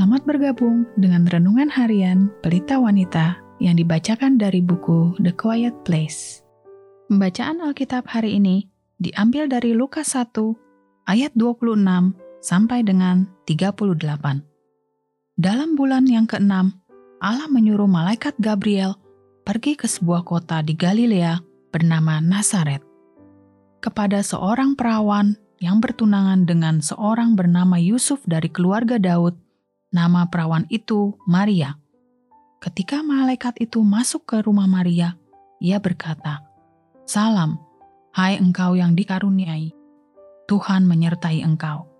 Selamat bergabung dengan Renungan Harian Pelita Wanita yang dibacakan dari buku The Quiet Place. Pembacaan Alkitab hari ini diambil dari Lukas 1 ayat 26 sampai dengan 38. Dalam bulan yang ke-6, Allah menyuruh malaikat Gabriel pergi ke sebuah kota di Galilea bernama Nazaret, kepada seorang perawan yang bertunangan dengan seorang bernama Yusuf dari keluarga Daud. Nama perawan itu Maria. Ketika malaikat itu masuk ke rumah Maria, ia berkata, "Salam, hai engkau yang dikaruniai, Tuhan menyertai engkau."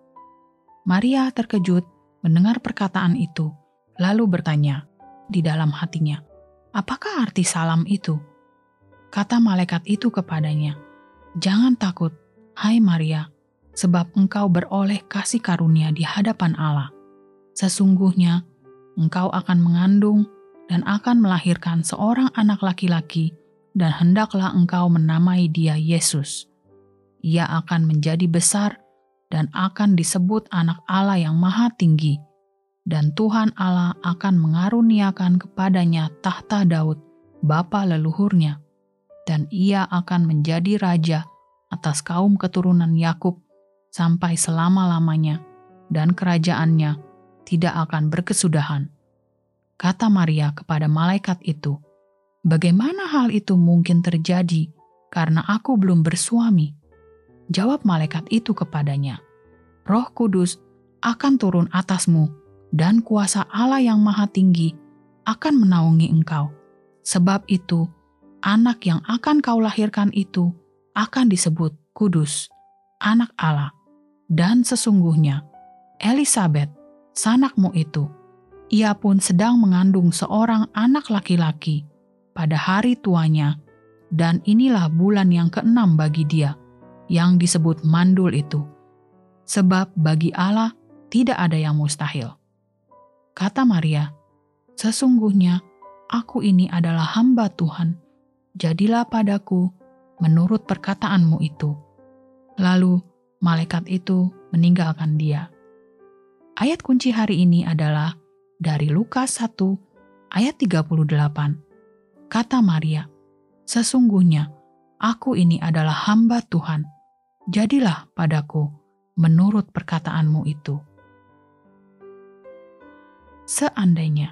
Maria terkejut mendengar perkataan itu, lalu bertanya di dalam hatinya, "Apakah arti salam itu?" Kata malaikat itu kepadanya, "Jangan takut, hai Maria, sebab engkau beroleh kasih karunia di hadapan Allah. Sesungguhnya, engkau akan mengandung dan akan melahirkan seorang anak laki-laki, dan hendaklah engkau menamai dia Yesus. Ia akan menjadi besar dan akan disebut Anak Allah yang Maha Tinggi, dan Tuhan Allah akan mengaruniakan kepadanya tahta Daud, bapa leluhurnya, dan ia akan menjadi raja atas kaum keturunan Yakub sampai selama-lamanya, dan kerajaannya tidak akan berkesudahan." Kata Maria kepada malaikat itu, "Bagaimana hal itu mungkin terjadi karena aku belum bersuami?" Jawab malaikat itu kepadanya, "Roh Kudus akan turun atasmu, dan kuasa Allah yang Maha Tinggi akan menaungi engkau. Sebab itu, anak yang akan kau lahirkan itu akan disebut Kudus, Anak Allah. Dan sesungguhnya, Elisabet, sanakmu itu, ia pun sedang mengandung seorang anak laki-laki pada hari tuanya, dan inilah bulan yang ke-6 bagi dia, yang disebut mandul itu. Sebab bagi Allah tidak ada yang mustahil." Kata Maria, "Sesungguhnya aku ini adalah hamba Tuhan, jadilah padaku menurut perkataanmu itu." Lalu malaikat itu meninggalkan dia. Ayat kunci hari ini adalah dari Lukas 1 ayat 38. Kata Maria, "Sesungguhnya aku ini adalah hamba Tuhan, jadilah padaku menurut perkataanmu itu." Seandainya.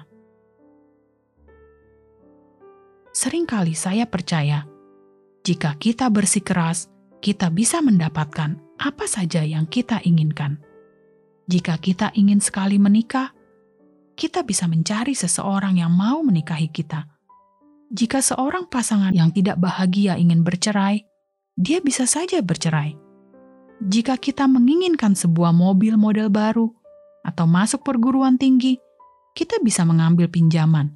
Seringkali saya percaya, jika kita bersikeras, kita bisa mendapatkan apa saja yang kita inginkan. Jika kita ingin sekali menikah, kita bisa mencari seseorang yang mau menikahi kita. Jika seorang pasangan yang tidak bahagia ingin bercerai, dia bisa saja bercerai. Jika kita menginginkan sebuah mobil model baru atau masuk perguruan tinggi, kita bisa mengambil pinjaman.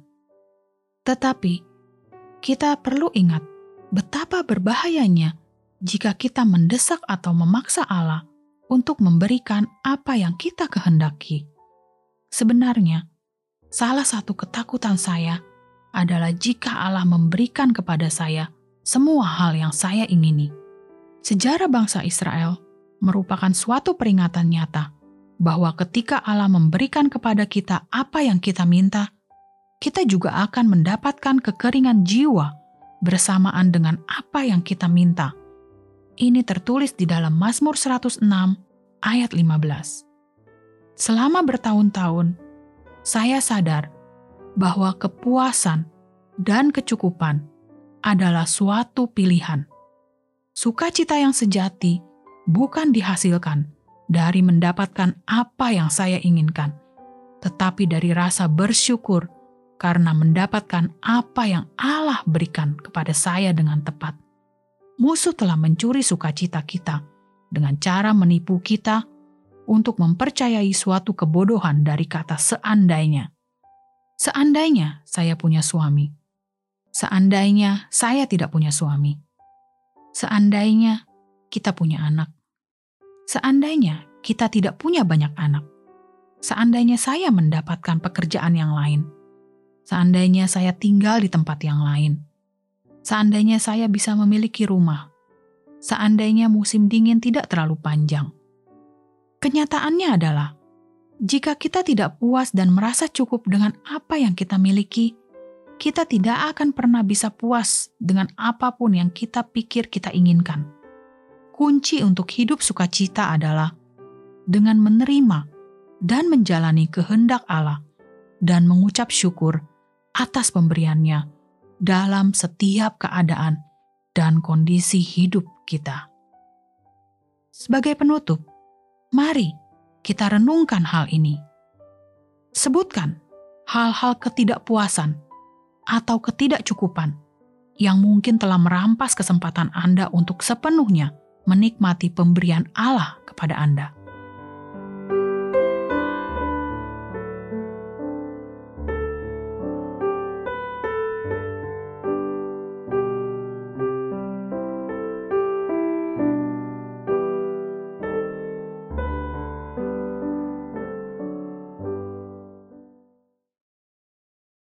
Tetapi, kita perlu ingat betapa berbahayanya jika kita mendesak atau memaksa Allah untuk memberikan apa yang kita kehendaki. Sebenarnya, salah satu ketakutan saya adalah jika Allah memberikan kepada saya semua hal yang saya ingini. Sejarah bangsa Israel merupakan suatu peringatan nyata bahwa ketika Allah memberikan kepada kita apa yang kita minta, kita juga akan mendapatkan kekeringan jiwa bersamaan dengan apa yang kita minta. Ini tertulis di dalam Mazmur 106 ayat 15. Selama bertahun-tahun, saya sadar bahwa kepuasan dan kecukupan adalah suatu pilihan. Sukacita yang sejati bukan dihasilkan dari mendapatkan apa yang saya inginkan, tetapi dari rasa bersyukur karena mendapatkan apa yang Allah berikan kepada saya dengan tepat. Musuh telah mencuri sukacita kita dengan cara menipu kita untuk mempercayai suatu kebodohan dari kata seandainya. Seandainya saya punya suami. Seandainya saya tidak punya suami. Seandainya kita punya anak. Seandainya kita tidak punya banyak anak. Seandainya saya mendapatkan pekerjaan yang lain. Seandainya saya tinggal di tempat yang lain. Seandainya saya bisa memiliki rumah. Seandainya musim dingin tidak terlalu panjang. Kenyataannya adalah, Jika kita tidak puas dan merasa cukup dengan apa yang kita miliki, kita tidak akan pernah bisa puas dengan apapun yang kita pikir kita inginkan. Kunci untuk hidup sukacita adalah dengan menerima dan menjalani kehendak Allah dan mengucap syukur atas pemberiannya dalam setiap keadaan dan kondisi hidup kita. Sebagai penutup, mari kita renungkan hal ini. Sebutkan hal-hal ketidakpuasan atau ketidakcukupan yang mungkin telah merampas kesempatan Anda untuk sepenuhnya menikmati pemberian Allah kepada Anda.